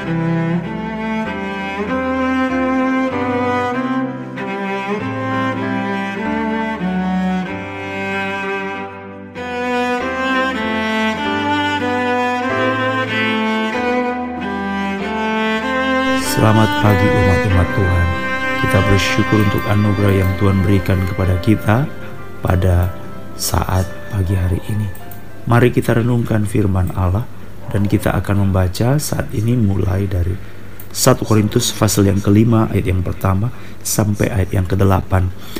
Selamat pagi umat-umat Tuhan. Kita bersyukur untuk anugerah yang Tuhan berikan kepada kita pada saat pagi hari ini. Mari kita renungkan firman Allah, dan kita akan membaca saat ini mulai dari 1 Korintus pasal yang ke-5 ayat yang pertama sampai ayat yang ke-8.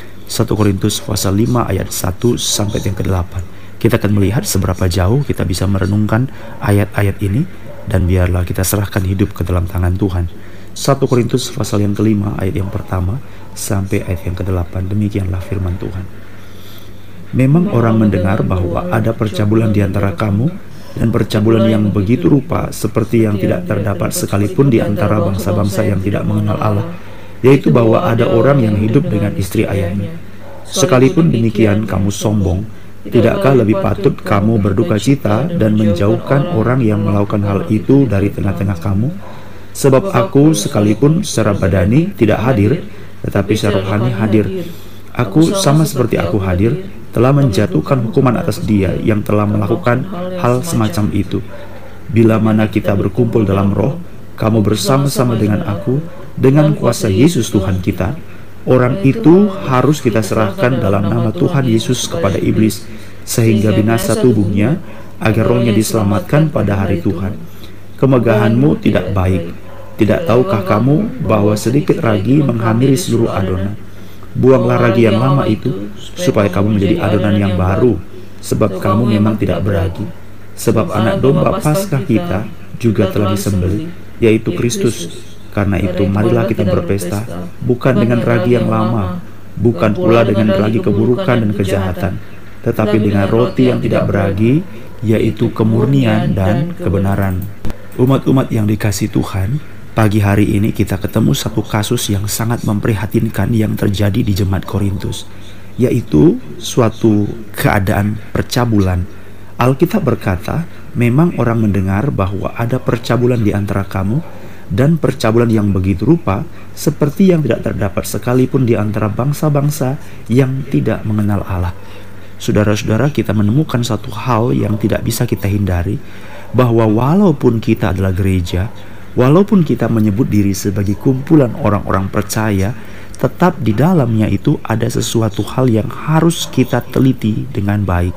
1 Korintus pasal 5 ayat 1 sampai yang ke-8. Kita akan melihat seberapa jauh kita bisa merenungkan ayat-ayat ini, dan biarlah kita serahkan hidup ke dalam tangan Tuhan. 1 Korintus pasal yang ke-5 ayat yang pertama sampai ayat yang ke-8. Demikianlah firman Tuhan. Memang orang mendengar bahwa ada percabulan di antara kamu, dan percabulan yang begitu rupa seperti yang tidak terdapat sekalipun di antara bangsa-bangsa yang tidak mengenal Allah, yaitu bahwa ada orang yang hidup dengan istri ayahnya. Sekalipun demikian kamu sombong, tidakkah lebih patut kamu berduka cita dan menjauhkan orang yang melakukan hal itu dari tengah-tengah kamu? Sebab aku sekalipun secara badani tidak hadir, tetapi secara rohani hadir. Aku sama seperti aku hadir, telah menjatuhkan hukuman atas dia yang telah melakukan hal semacam itu. Bila mana kita berkumpul dalam roh, kamu bersama-sama dengan aku, dengan kuasa Yesus Tuhan kita, orang itu harus kita serahkan dalam nama Tuhan Yesus kepada iblis, sehingga binasa tubuhnya, agar rohnya diselamatkan pada hari Tuhan. Kemegahanmu tidak baik. Tidak tahukah kamu bahwa sedikit ragi menghamiri seluruh adonan? Buanglah ragi yang lama itu, supaya kamu menjadi adonan yang baru, sebab kamu memang tidak beragi. Sebab anak domba Paskah kita juga telah disembelih, yaitu Kristus. Karena itu marilah kita berpesta, bukan dengan ragi yang lama, bukan pula dengan ragi keburukan dan kejahatan, tetapi dengan roti yang tidak beragi, yaitu kemurnian dan kebenaran. Umat-umat yang dikasihi Tuhan, pagi hari ini kita ketemu satu kasus yang sangat memprihatinkan yang terjadi di jemaat Korintus, yaitu suatu keadaan percabulan. Alkitab berkata, memang orang mendengar bahwa ada percabulan di antara kamu, dan percabulan yang begitu rupa seperti yang tidak terdapat sekalipun di antara bangsa-bangsa yang tidak mengenal Allah. Saudara-saudara, kita menemukan satu hal yang tidak bisa kita hindari, bahwa walaupun kita adalah gereja, walaupun kita menyebut diri sebagai kumpulan orang-orang percaya, tetap di dalamnya itu ada sesuatu hal yang harus kita teliti dengan baik.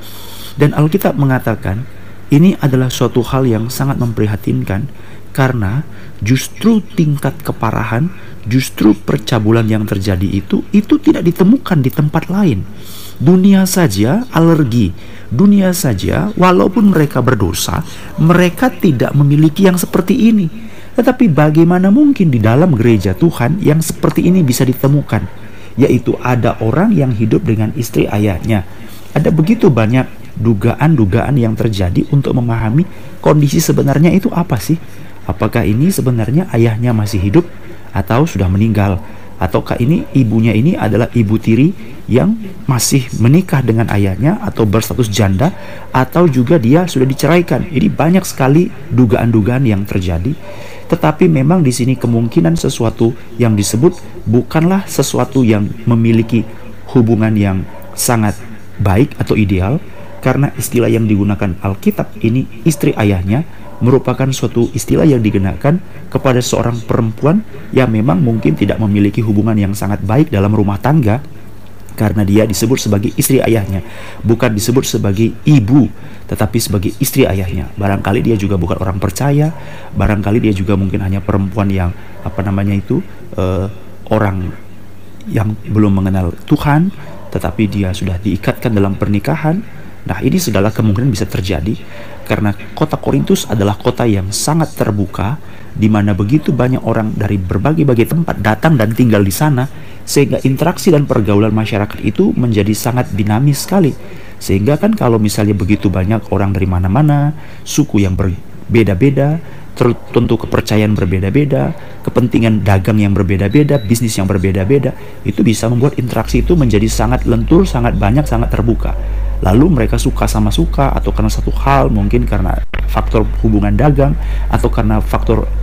Dan Alkitab mengatakan, ini adalah suatu hal yang sangat memprihatinkan, karena justru tingkat keparahan, justru percabulan yang terjadi itu tidak ditemukan di tempat lain. Dunia saja alergi, dunia saja walaupun mereka berdosa, mereka tidak memiliki yang seperti ini. Tetapi bagaimana mungkin di dalam gereja Tuhan yang seperti ini bisa ditemukan? Yaitu ada orang yang hidup dengan istri ayahnya. Ada begitu banyak dugaan-dugaan yang terjadi untuk memahami kondisi sebenarnya itu apa sih? Apakah ini sebenarnya ayahnya masih hidup atau sudah meninggal? Ataukah ini ibunya ini adalah ibu tiri yang masih menikah dengan ayahnya atau berstatus janda, atau juga dia sudah diceraikan? Ini banyak sekali dugaan-dugaan yang terjadi. Tetapi memang di sini kemungkinan sesuatu yang disebut bukanlah sesuatu yang memiliki hubungan yang sangat baik atau ideal, karena istilah yang digunakan Alkitab ini, istri ayahnya, merupakan suatu istilah yang digunakan kepada seorang perempuan yang memang mungkin tidak memiliki hubungan yang sangat baik dalam rumah tangga, karena dia disebut sebagai istri ayahnya, bukan disebut sebagai ibu, tetapi sebagai istri ayahnya. Barangkali dia juga bukan orang percaya, barangkali dia juga mungkin hanya perempuan yang orang yang belum mengenal Tuhan, tetapi dia sudah diikatkan dalam pernikahan. Nah, ini segala kemungkinan bisa terjadi, karena kota Korintus adalah kota yang sangat terbuka, di mana begitu banyak orang dari berbagai-bagai tempat datang dan tinggal di sana, sehingga interaksi dan pergaulan masyarakat itu menjadi sangat dinamis sekali. Sehingga kan kalau misalnya begitu banyak orang dari mana-mana, suku yang berbeda-beda, tentu kepercayaan berbeda-beda, kepentingan dagang yang berbeda-beda, bisnis yang berbeda-beda, itu bisa membuat interaksi itu menjadi sangat lentur, sangat banyak, sangat terbuka. Lalu mereka suka sama suka, atau karena satu hal, mungkin karena faktor hubungan dagang, atau karena faktor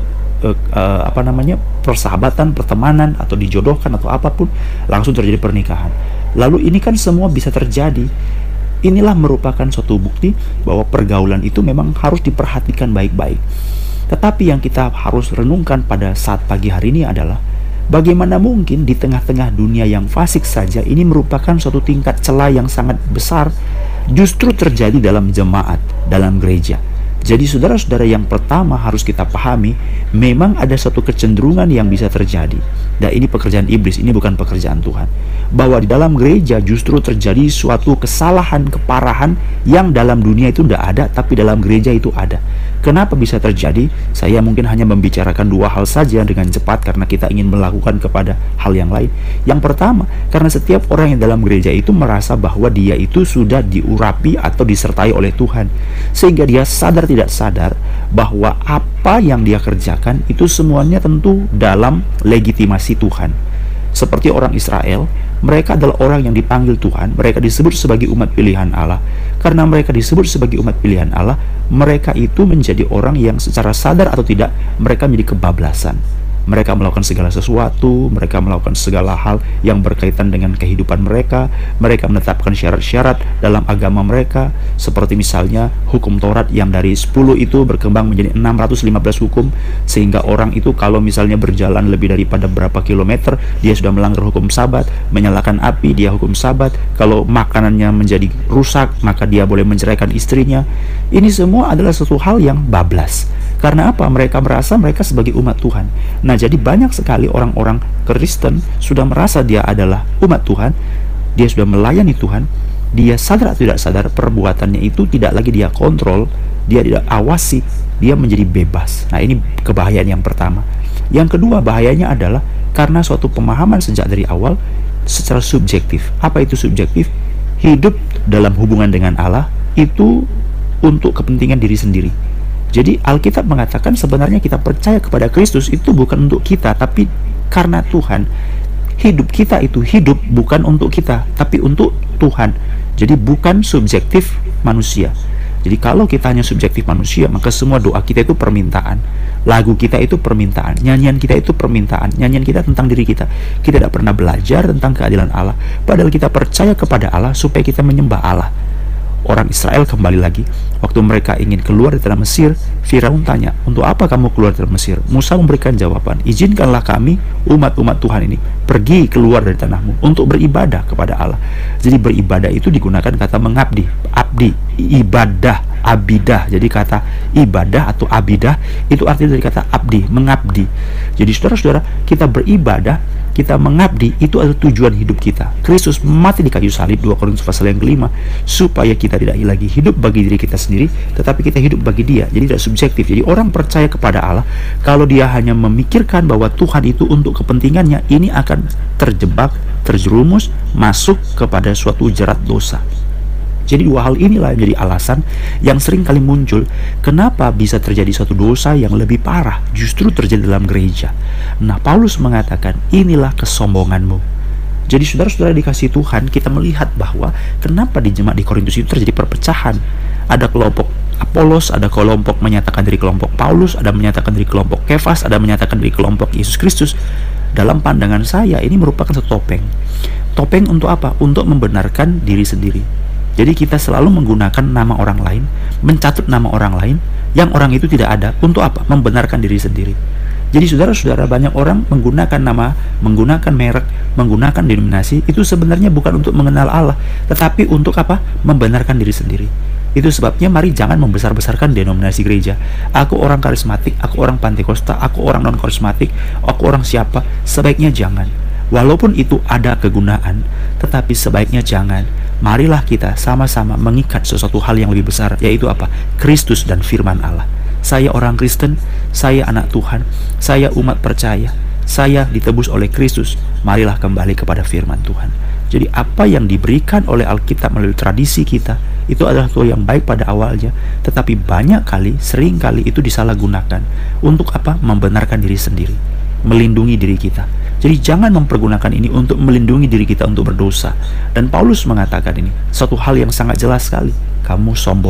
persahabatan, pertemanan, atau dijodohkan atau apapun, langsung terjadi pernikahan. Lalu ini kan semua bisa terjadi. Inilah merupakan suatu bukti bahwa pergaulan itu memang harus diperhatikan baik-baik. Tetapi yang kita harus renungkan pada saat pagi hari ini adalah bagaimana mungkin di tengah-tengah dunia yang fasik saja ini merupakan suatu tingkat celah yang sangat besar justru terjadi dalam jemaat, dalam gereja. Jadi saudara-saudara, yang pertama harus kita pahami, memang ada satu kecenderungan yang bisa terjadi. Dan ini pekerjaan iblis, ini bukan pekerjaan Tuhan. Bahwa di dalam gereja justru terjadi suatu kesalahan, keparahan yang dalam dunia itu tidak ada, tapi dalam gereja itu ada. Kenapa bisa terjadi? Saya mungkin hanya membicarakan dua hal saja dengan cepat karena kita ingin melakukan kepada hal yang lain. Yang pertama, karena setiap orang yang dalam gereja itu merasa bahwa dia itu sudah diurapi atau disertai oleh Tuhan. Sehingga dia sadar tidak sadar bahwa apa yang dia kerjakan itu semuanya tentu dalam legitimasi Tuhan. Seperti orang Israel, mereka adalah orang yang dipanggil Tuhan, mereka disebut sebagai umat pilihan Allah. Karena mereka disebut sebagai umat pilihan Allah, mereka itu menjadi orang yang secara sadar atau tidak, mereka menjadi kebablasan. Mereka melakukan segala sesuatu, mereka melakukan segala hal yang berkaitan dengan kehidupan mereka. Mereka menetapkan syarat-syarat dalam agama mereka, seperti misalnya hukum Taurat yang dari 10 itu berkembang menjadi 615 hukum, sehingga orang itu kalau misalnya berjalan lebih daripada berapa kilometer, dia sudah melanggar hukum Sabat. Menyalakan api, dia hukum Sabat. Kalau makanannya menjadi rusak, maka dia boleh menceraikan istrinya. Ini semua adalah sesuatu hal yang bablas. Karena apa? Mereka merasa mereka sebagai umat Tuhan. Nah, jadi banyak sekali orang-orang Kristen sudah merasa dia adalah umat Tuhan, dia sudah melayani Tuhan, dia sadar atau tidak sadar perbuatannya itu tidak lagi dia kontrol, dia tidak awasi, dia menjadi bebas. Nah, ini kebahayaan yang pertama. Yang kedua, bahayanya adalah karena suatu pemahaman sejak dari awal secara subjektif. Apa itu subjektif? Hidup dalam hubungan dengan Allah itu untuk kepentingan diri sendiri. Jadi Alkitab mengatakan sebenarnya kita percaya kepada Kristus itu bukan untuk kita, tapi karena Tuhan. Hidup kita itu hidup bukan untuk kita, tapi untuk Tuhan. Jadi bukan subjektif manusia. Jadi kalau kita hanya subjektif manusia, maka semua doa kita itu permintaan, lagu kita itu permintaan, nyanyian kita itu permintaan, nyanyian kita tentang diri kita. Kita tidak pernah belajar tentang keadilan Allah, padahal kita percaya kepada Allah supaya kita menyembah Allah. Orang Israel kembali lagi, waktu mereka ingin keluar dari tanah Mesir, Firaun tanya, untuk apa kamu keluar dari Mesir? Musa memberikan jawaban, izinkanlah kami, umat-umat Tuhan ini, pergi keluar dari tanahmu untuk beribadah kepada Allah. Jadi beribadah itu digunakan kata mengabdi, abdi, ibadah, abidah. Jadi kata ibadah atau abidah itu artinya dari kata abdi, mengabdi. Jadi saudara-saudara, kita beribadah, kita mengabdi, itu adalah tujuan hidup kita. Kristus mati di kayu salib, 2 Korintus pasal yang kelima, supaya kita tidak lagi hidup bagi diri kita sendiri, tetapi kita hidup bagi Dia. Jadi tidak subjektif. Jadi orang percaya kepada Allah, kalau dia hanya memikirkan bahwa Tuhan itu untuk kepentingannya, ini akan terjebak, terjerumus, masuk kepada suatu jerat dosa. Jadi dua hal inilah yang menjadi alasan yang sering kali muncul kenapa bisa terjadi suatu dosa yang lebih parah justru terjadi dalam gereja. Nah, Paulus mengatakan inilah kesombonganmu. Jadi saudara-saudara dikasih Tuhan, kita melihat bahwa kenapa di jemaat di Korintus itu terjadi perpecahan. Ada kelompok Apolos, ada kelompok menyatakan dari kelompok Paulus, ada menyatakan dari kelompok Kefas, ada menyatakan dari kelompok Yesus Kristus. Dalam pandangan saya ini merupakan satu topeng. Topeng untuk apa? Untuk membenarkan diri sendiri. Jadi kita selalu menggunakan nama orang lain, mencatut nama orang lain yang orang itu tidak ada. Untuk apa? Membenarkan diri sendiri. Jadi saudara-saudara, banyak orang menggunakan nama, menggunakan merek, menggunakan denominasi, itu sebenarnya bukan untuk mengenal Allah, tetapi untuk apa? Membenarkan diri sendiri. Itu sebabnya mari jangan membesar-besarkan denominasi gereja. Aku orang karismatik, aku orang Pantekosta, aku orang non-karismatik, aku orang siapa. Sebaiknya jangan. Walaupun itu ada kegunaan, tetapi sebaiknya jangan. Marilah kita sama-sama mengikat sesuatu hal yang lebih besar, yaitu apa? Kristus dan firman Allah. Saya orang Kristen, saya anak Tuhan, saya umat percaya, saya ditebus oleh Kristus. Marilah kembali kepada firman Tuhan. Jadi apa yang diberikan oleh Alkitab melalui tradisi kita, itu adalah sesuatu yang baik pada awalnya, tetapi banyak kali, sering kali itu disalahgunakan. Untuk apa? Membenarkan diri sendiri, melindungi diri kita. Jadi jangan mempergunakan ini untuk melindungi diri kita untuk berdosa. Dan Paulus mengatakan ini, satu hal yang sangat jelas sekali. Kamu sombong.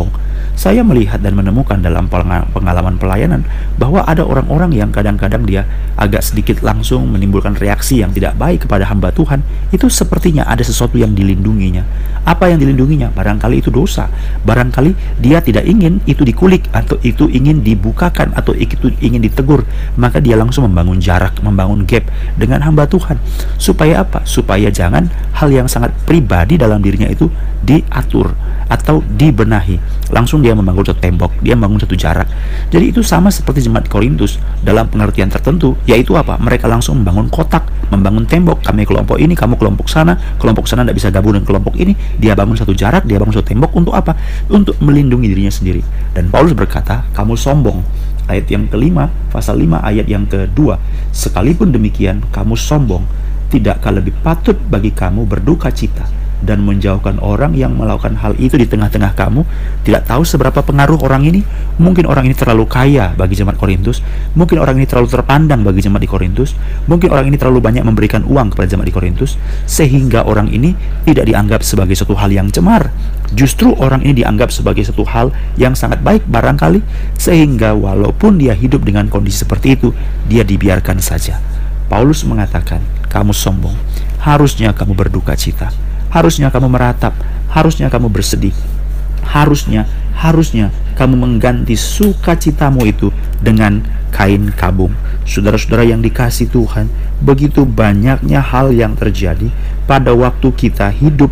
Saya melihat dan menemukan dalam pengalaman pelayanan bahwa ada orang-orang yang kadang-kadang dia agak sedikit langsung menimbulkan reaksi yang tidak baik kepada hamba Tuhan. Itu sepertinya ada sesuatu yang dilindunginya. Apa yang dilindunginya? Barangkali itu dosa. Barangkali dia tidak ingin itu dikulik, atau itu ingin dibukakan, atau itu ingin ditegur. Maka dia langsung membangun jarak, membangun gap dengan hamba Tuhan. Supaya apa? Supaya jangan hal yang sangat pribadi dalam dirinya itu diatur atau dibenahi. Langsung dia membangun satu tembok, dia membangun satu jarak. Jadi itu sama seperti jemaat Korintus dalam pengertian tertentu, yaitu apa? Mereka langsung membangun kotak, membangun tembok. Kami kelompok ini, kamu kelompok sana tidak bisa gabung dengan kelompok ini. Dia bangun satu jarak, dia bangun satu tembok. Untuk apa? Untuk melindungi dirinya sendiri. Dan Paulus berkata, kamu sombong. Ayat yang kelima, pasal 5 ayat yang kedua. Sekalipun demikian, kamu sombong. Tidakkah lebih patut bagi kamu berduka cita dan menjauhkan orang yang melakukan hal itu di tengah-tengah kamu? Tidak tahu seberapa pengaruh orang ini. Mungkin orang ini terlalu kaya bagi jemaat Korintus. Mungkin orang ini terlalu terpandang bagi jemaat di Korintus. Mungkin orang ini terlalu banyak memberikan uang kepada jemaat di Korintus, sehingga orang ini tidak dianggap sebagai suatu hal yang cemar. Justru orang ini dianggap sebagai satu hal yang sangat baik barangkali, sehingga walaupun dia hidup dengan kondisi seperti itu, dia dibiarkan saja. Paulus mengatakan, kamu sombong. Harusnya kamu berduka cita. Harusnya kamu meratap. Harusnya kamu bersedih. Harusnya kamu mengganti sukacitamu itu dengan kain kabung. Saudara-saudara yang dikasihi Tuhan, begitu banyaknya hal yang terjadi pada waktu kita hidup.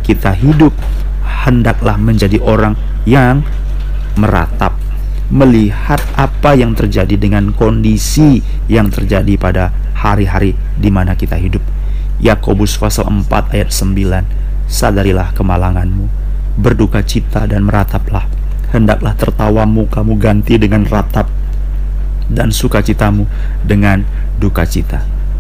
Hendaklah menjadi orang yang meratap, melihat apa yang terjadi dengan kondisi yang terjadi pada hari-hari di mana kita hidup. Yakobus pasal 4 ayat 9. Sadarilah kemalanganmu, berduka cita dan merataplah. Hendaklah tertawamu kamu ganti dengan ratap, dan sukacitamu dengan duka cita.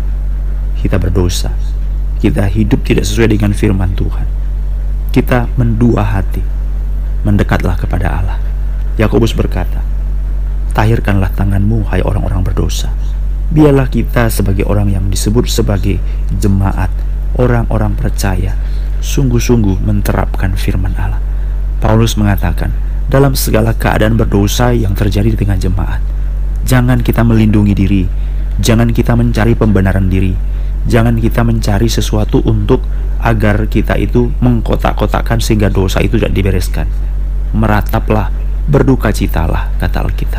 Kita berdosa, kita hidup tidak sesuai dengan firman Tuhan. Kita mendua hati, mendekatlah kepada Allah. Yakobus berkata, tahirkanlah tanganmu hai orang-orang berdosa. Biarlah kita sebagai orang yang disebut sebagai jemaat, orang-orang percaya, sungguh-sungguh menerapkan firman Allah. Paulus mengatakan, dalam segala keadaan berdosa yang terjadi di tengah jemaat, jangan kita melindungi diri, jangan kita mencari pembenaran diri, jangan kita mencari sesuatu untuk agar kita itu mengkotak-kotakkan sehingga dosa itu tidak dibereskan. Merataplah, berduka citalah, kata Alkitab.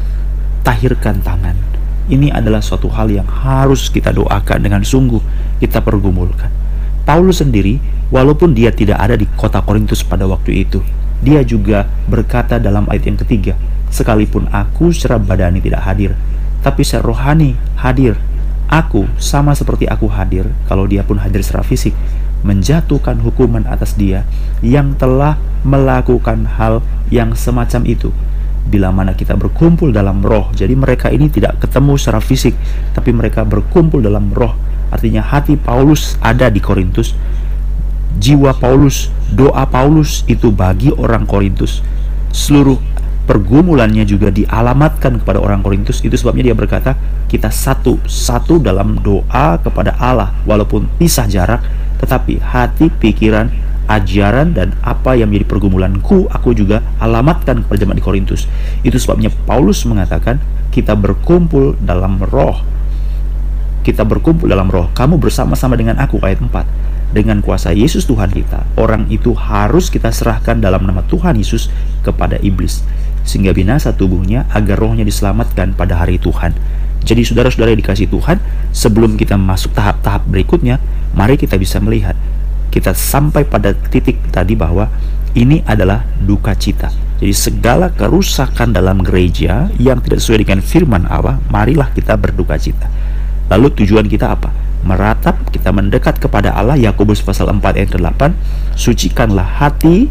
Tahirkan tangan. Ini adalah suatu hal yang harus kita doakan dengan sungguh, kita pergumulkan. Paulus sendiri, walaupun dia tidak ada di kota Korintus pada waktu itu, dia juga berkata dalam ayat yang ketiga, sekalipun aku secara badani tidak hadir, tapi secara rohani hadir. Aku sama seperti aku hadir, kalau dia pun hadir secara fisik, menjatuhkan hukuman atas dia yang telah melakukan hal yang semacam itu. Bila mana kita berkumpul dalam roh, jadi mereka ini tidak ketemu secara fisik, tapi mereka berkumpul dalam roh. Artinya hati Paulus ada di Korintus, jiwa Paulus, doa Paulus itu bagi orang Korintus. Seluruh pergumulannya juga dialamatkan kepada orang Korintus. Itu sebabnya dia berkata, kita satu dalam doa kepada Allah, walaupun pisah jarak, tetapi hati, pikiran, ajaran, dan apa yang menjadi pergumulanku, aku juga alamatkan kepada jemaat di Korintus. Itu sebabnya Paulus mengatakan, kita berkumpul dalam roh. Kita berkumpul dalam roh. Kamu bersama-sama dengan aku, ayat 4. Dengan kuasa Yesus Tuhan kita, orang itu harus kita serahkan dalam nama Tuhan Yesus kepada iblis, sehingga binasa tubuhnya agar rohnya diselamatkan pada hari Tuhan. Jadi saudara-saudara yang dikasihi Tuhan, sebelum kita masuk tahap-tahap berikutnya, mari kita bisa melihat, kita sampai pada titik tadi bahwa ini adalah duka cita. Jadi segala kerusakan dalam gereja yang tidak sesuai dengan firman Allah, marilah kita berduka cita. Lalu tujuan kita apa? Meratap, kita mendekat kepada Allah. Yakobus pasal 4 ayat 8, sucikanlah hati,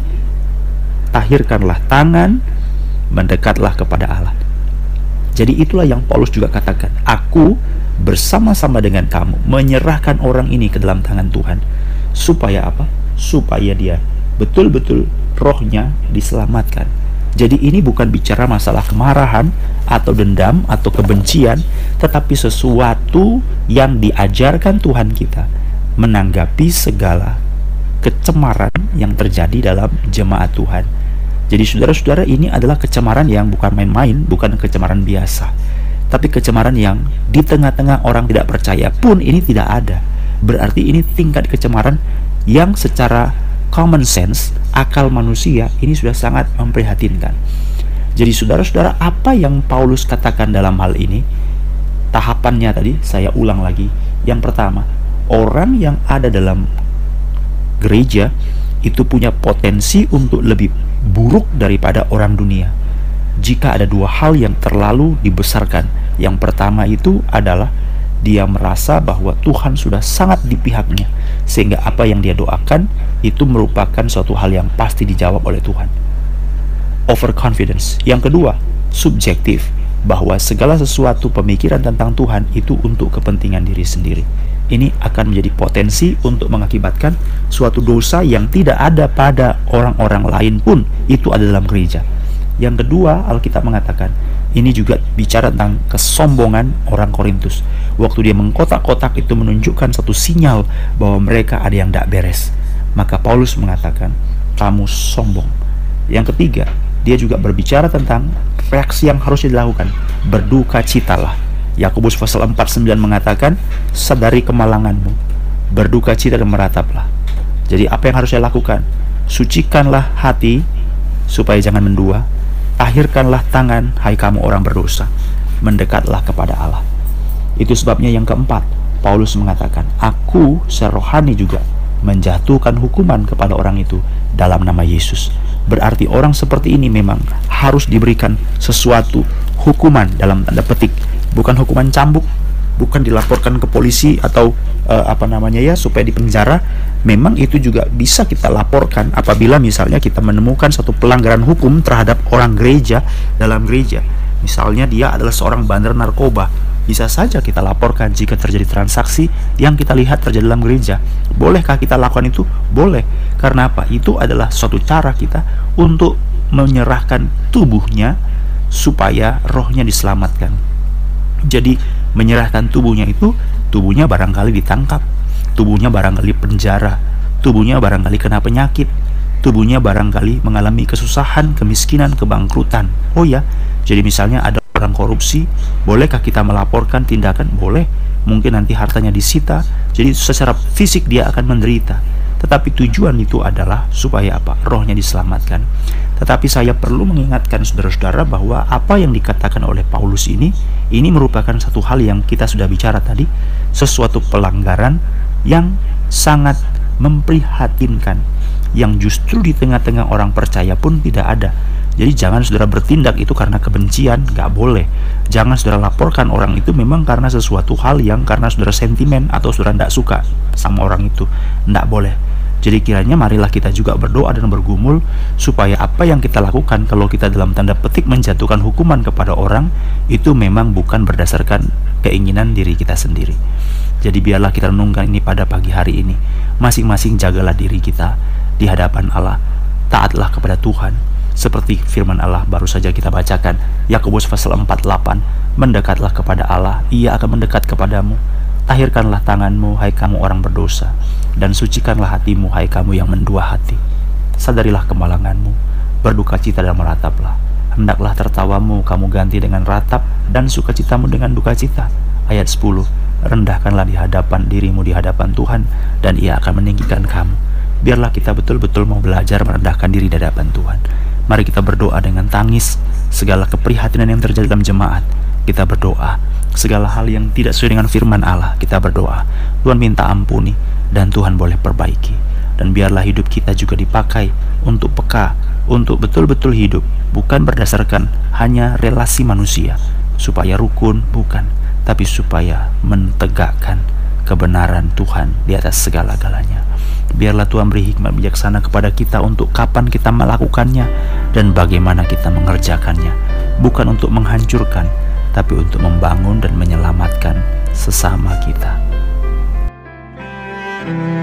tahirkanlah tangan, mendekatlah kepada Allah. Jadi itulah yang Paulus juga katakan, aku bersama-sama dengan kamu menyerahkan orang ini ke dalam tangan Tuhan. Supaya apa? Supaya dia betul-betul rohnya diselamatkan. Jadi ini bukan bicara masalah kemarahan atau dendam atau kebencian, tetapi sesuatu yang diajarkan Tuhan kita menanggapi segala kecemaran yang terjadi dalam jemaat Tuhan. Jadi saudara-saudara, ini adalah kecemaran yang bukan main-main, bukan kecemaran biasa, tapi kecemaran yang di tengah-tengah orang tidak percaya pun ini tidak ada. Berarti ini tingkat kecemaran yang secara common sense, akal manusia, ini sudah sangat memprihatinkan. Jadi saudara-saudara, apa yang Paulus katakan dalam hal ini, tahapannya tadi saya ulang lagi. Yang pertama, orang yang ada dalam gereja itu punya potensi untuk lebih buruk daripada orang dunia jika ada dua hal yang terlalu dibesarkan. Yang pertama itu adalah dia merasa bahwa Tuhan sudah sangat di pihaknya, sehingga apa yang dia doakan itu merupakan suatu hal yang pasti dijawab oleh Tuhan. Overconfidence. Yang kedua, subjektif, bahwa segala sesuatu pemikiran tentang Tuhan itu untuk kepentingan diri sendiri. Ini akan menjadi potensi untuk mengakibatkan suatu dosa yang tidak ada pada orang-orang lain pun itu ada dalam gereja. Yang kedua, Alkitab mengatakan ini juga bicara tentang kesombongan orang Korintus. Waktu dia mengkotak-kotak itu menunjukkan satu sinyal bahwa mereka ada yang tidak beres. Maka Paulus mengatakan, kamu sombong. Yang ketiga, dia juga berbicara tentang reaksi yang harus dilakukan. Berduka citalah. Yakobus pasal 4:9 mengatakan, sadari kemalanganmu, berduka cita dan merataplah. Jadi apa yang harus saya lakukan? Sucikanlah hati supaya jangan mendua. Tahirkanlah tangan, hai kamu orang berdosa. Mendekatlah kepada Allah. Itu sebabnya yang keempat, Paulus mengatakan, aku secara rohani juga menjatuhkan hukuman kepada orang itu dalam nama Yesus. Berarti orang seperti ini memang harus diberikan sesuatu hukuman dalam tanda petik, bukan hukuman cambuk, bukan dilaporkan ke polisi atau supaya dipenjara. Memang itu juga bisa kita laporkan apabila misalnya kita menemukan satu pelanggaran hukum terhadap orang gereja dalam gereja. Misalnya dia adalah seorang bandar narkoba, bisa saja kita laporkan jika terjadi transaksi yang kita lihat terjadi dalam gereja. Bolehkah kita lakukan itu? Boleh. Karena apa? Itu adalah suatu cara kita untuk menyerahkan tubuhnya supaya rohnya diselamatkan. Jadi menyerahkan tubuhnya itu, tubuhnya barangkali ditangkap, tubuhnya barangkali penjara, tubuhnya barangkali kena penyakit, tubuhnya barangkali mengalami kesusahan, kemiskinan, kebangkrutan. Oh ya, jadi misalnya ada orang korupsi, bolehkah kita melaporkan tindakan? Boleh. Mungkin nanti hartanya disita, jadi secara fisik dia akan menderita. Tetapi tujuan itu adalah supaya apa? Rohnya diselamatkan. Tetapi saya perlu mengingatkan saudara-saudara bahwa apa yang dikatakan oleh Paulus ini merupakan satu hal yang kita sudah bicara tadi, sesuatu pelanggaran yang sangat memprihatinkan, yang justru di tengah-tengah orang percaya pun tidak ada. Jadi jangan saudara bertindak itu karena kebencian, nggak boleh. Jangan saudara laporkan orang itu memang karena sesuatu hal yang karena saudara sentimen atau saudara tidak suka sama orang itu, nggak boleh. Jadi kiranya marilah kita juga berdoa dan bergumul supaya apa yang kita lakukan kalau kita dalam tanda petik menjatuhkan hukuman kepada orang itu memang bukan berdasarkan keinginan diri kita sendiri. Jadi biarlah kita renungkan ini pada pagi hari ini. Masing-masing jagalah diri kita di hadapan Allah. Taatlah kepada Tuhan. Seperti firman Allah baru saja kita bacakan, Yakobus pasal 4:8, mendekatlah kepada Allah, Ia akan mendekat kepadamu. Tahirkanlah tanganmu, hai kamu orang berdosa, dan sucikanlah hatimu, hai kamu yang mendua hati. Sadarilah kemalanganmu, berduka cita dan merataplah. Hendaklah tertawamu kamu ganti dengan ratap, dan sukacitamu dengan duka cita. Ayat 10, rendahkanlah di hadapan dirimu di hadapan Tuhan, dan Ia akan meninggikan kamu. Biarlah kita betul-betul mau belajar merendahkan diri di hadapan Tuhan. Mari kita berdoa dengan tangis segala keprihatinan yang terjadi dalam jemaat. Kita berdoa segala hal yang tidak sesuai dengan firman Allah. Kita berdoa Tuhan minta ampuni dan Tuhan boleh perbaiki. Dan biarlah hidup kita juga dipakai untuk peka, untuk betul-betul hidup bukan berdasarkan hanya relasi manusia supaya rukun, bukan, tapi supaya menegakkan kebenaran Tuhan di atas segala-galanya. Biarlah Tuhan beri hikmat bijaksana kepada kita untuk kapan kita melakukannya dan bagaimana kita mengerjakannya, bukan untuk menghancurkan, tapi untuk membangun dan menyelamatkan sesama kita.